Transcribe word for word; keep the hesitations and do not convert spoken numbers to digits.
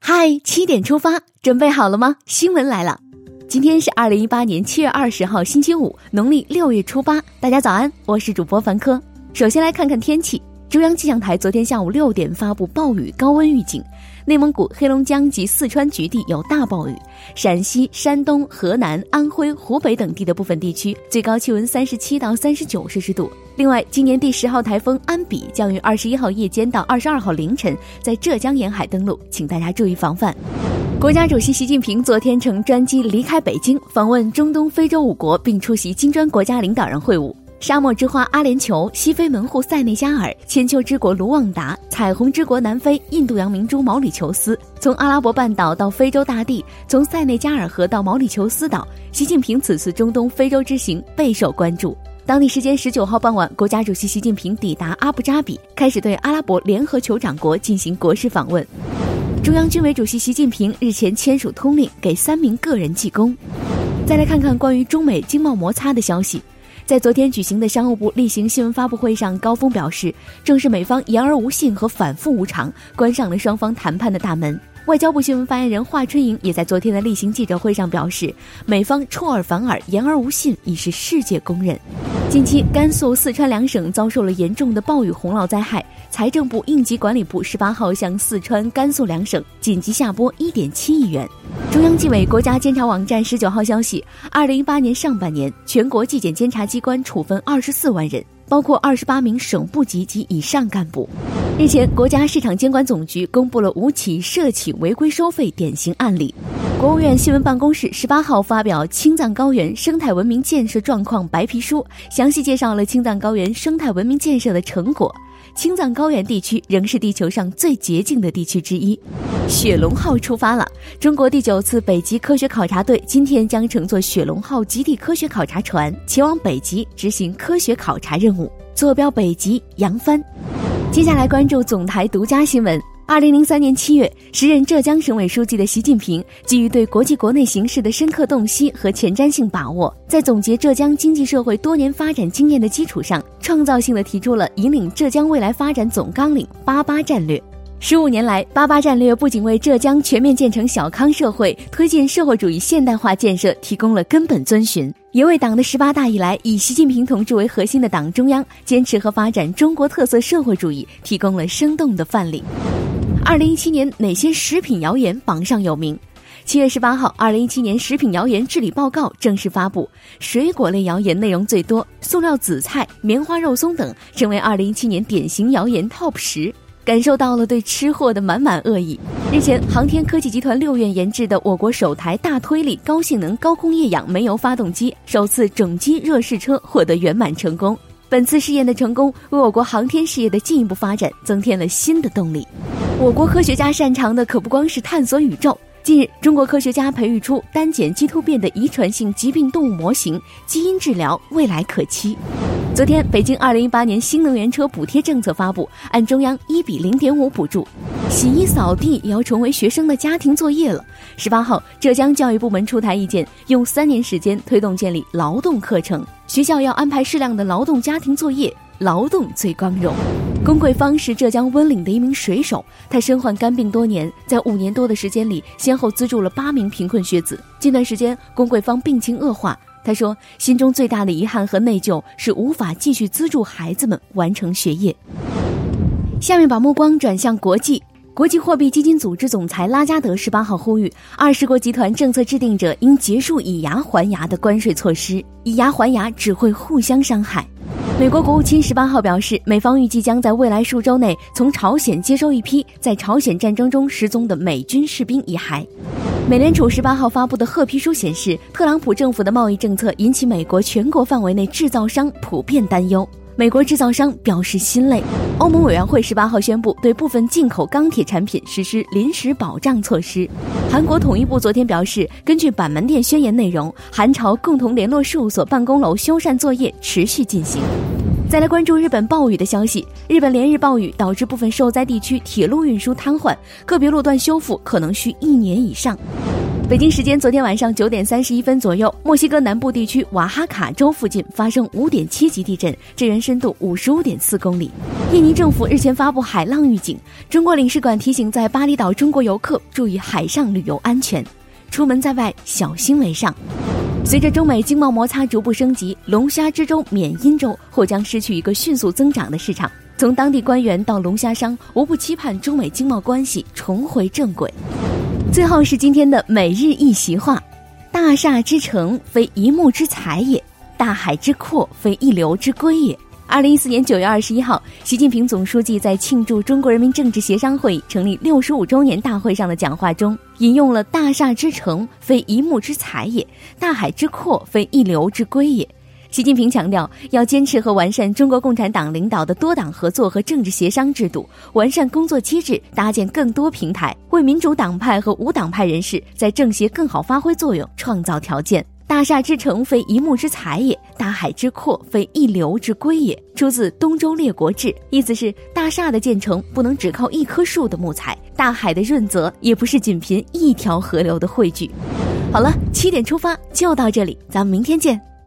嗨，七点出发，准备好了吗？新闻来了。今天是二零一八年七月二十号星期五，农历六月初八。大家早安，我是主播凡科。首先来看看天气。中央气象台昨天下午六点发布暴雨高温预警，内蒙古、黑龙江及四川局地有大暴雨，陕西、山东、河南、安徽、湖北等地的部分地区最高气温三十七到三十九摄氏度。另外，今年第十号台风安比将于二十一号夜间到二十二号凌晨在浙江沿海登陆，请大家注意防范。国家主席习近平昨天乘专机离开北京，访问中东非洲五国，并出席金砖国家领导人会晤。沙漠之花阿联酋、西非门户塞内加尔、千秋之国卢旺达、彩虹之国南非、印度洋明珠毛里求斯，从阿拉伯半岛到非洲大地，从塞内加尔河到毛里求斯岛，习近平此次中东非洲之行备受关注。当地时间十九号傍晚，国家主席习近平抵达阿布扎比，开始对阿拉伯联合酋长国进行国事访问。中央军委主席习近平日前签署通令，给三名个人记功。再来看看关于中美经贸摩擦的消息。在昨天举行的商务部例行新闻发布会上，高峰表示，正是美方言而无信和反复无常，关上了双方谈判的大门。外交部新闻发言人华春莹也在昨天的例行记者会上表示，美方出尔反尔、言而无信已是世界公认。近期，甘肃、四川两省遭受了严重的暴雨洪涝灾害，财政部、应急管理部十八号向四川、甘肃两省紧急下拨 一点七亿元。中央纪委国家监察网站十九号消息，二零一八年上半年，全国纪检监察机关处分二十四万人，包括二十八名省部级及以上干部。日前，国家市场监管总局公布了五起涉企违规收费典型案例。国务院新闻办公室十八号发表《青藏高原生态文明建设状况白皮书》，详细介绍了青藏高原生态文明建设的成果。青藏高原地区仍是地球上最洁净的地区之一。雪龙号出发了，中国第九次北极科学考察队今天将乘坐雪龙号极地科学考察船前往北极执行科学考察任务，坐标北极扬帆。接下来关注总台独家新闻。二零零三年七月，时任浙江省委书记的习近平，基于对国际国内形势的深刻洞悉和前瞻性把握，在总结浙江经济社会多年发展经验的基础上，创造性地提出了引领浙江未来发展总纲领八八战略。十五年来，八八战略不仅为浙江全面建成小康社会、推进社会主义现代化建设提供了根本遵循，也为党的十八大以来以习近平同志为核心的党中央坚持和发展中国特色社会主义提供了生动的范例。二零一七年哪些食品谣言榜上有名？七月十八号，二零一七年食品谣言治理报告正式发布，水果类谣言内容最多，塑料紫菜、棉花肉松等成为二零一七年典型谣言 Top 十，感受到了对吃货的满满恶意。日前，航天科技集团六院研制的我国首台大推力高性能高空液氧煤油发动机首次整机热试车获得圆满成功。本次试验的成功为我国航天事业的进一步发展增添了新的动力。我国科学家擅长的可不光是探索宇宙。近日，中国科学家培育出单碱基突变的遗传性疾病动物模型，基因治疗未来可期。昨天，北京二零一八年新能源车补贴政策发布，按中央一比零点五补助，洗衣扫地也要成为学生的家庭作业了。十八号，浙江教育部门出台意见，用三年时间推动建立劳动课程，学校要安排适量的劳动家庭作业，劳动最光荣。龚桂芳是浙江温岭的一名水手，他身患肝病多年，在五年多的时间里，先后资助了八名贫困学子。近段时间，龚桂芳病情恶化，他说，心中最大的遗憾和内疚是无法继续资助孩子们完成学业。下面把目光转向国际。国际货币基金组织总裁拉加德十八号呼吁，二十国集团政策制定者应结束以牙还牙的关税措施，以牙还牙只会互相伤害。美国国务卿十八号表示，美方预计将在未来数周内从朝鲜接收一批在朝鲜战争中失踪的美军士兵遗骸。美联储十八号发布的褐皮书显示，特朗普政府的贸易政策引起美国全国范围内制造商普遍担忧，美国制造商表示心累。欧盟委员会十八号宣布对部分进口钢铁产品实施临时保障措施。韩国统一部昨天表示，根据板门店宣言内容，韩朝共同联络事务所办公楼修缮作业持续进行。再来关注日本暴雨的消息，日本连日暴雨导致部分受灾地区铁路运输瘫痪，个别路段修复可能需一年以上。 北京时间昨天晚上九点三十一分左右，墨西哥南部地区瓦哈卡州附近发生五点七级地震，震源深度五十五点四公里。印尼政府日前发布海浪预警，中国领事馆提醒在巴厘岛中国游客注意海上旅游安全，出门在外小心为上。随着中美经贸摩擦逐步升级，龙虾之州缅因州或将失去一个迅速增长的市场。从当地官员到龙虾商，无不期盼中美经贸关系重回正轨。最后是今天的每日一席话：大厦之成，非一木之材也；大海之阔，非一流之规也。二零一四年九月二十一号，习近平总书记在庆祝中国人民政治协商会议成立六十五周年大会上的讲话中，引用了“大厦之成，非一木之材也；大海之阔，非一流之规也”。习近平强调，要坚持和完善中国共产党领导的多党合作和政治协商制度，完善工作机制，搭建更多平台，为民主党派和无党派人士在政协更好发挥作用创造条件。大厦之成，非一木之材也；大海之阔，非一流之规也。出自《东周列国志》，意思是大厦的建成不能只靠一棵树的木材，大海的润泽也不是仅凭一条河流的汇聚。好了，七点出发就到这里，咱们明天见。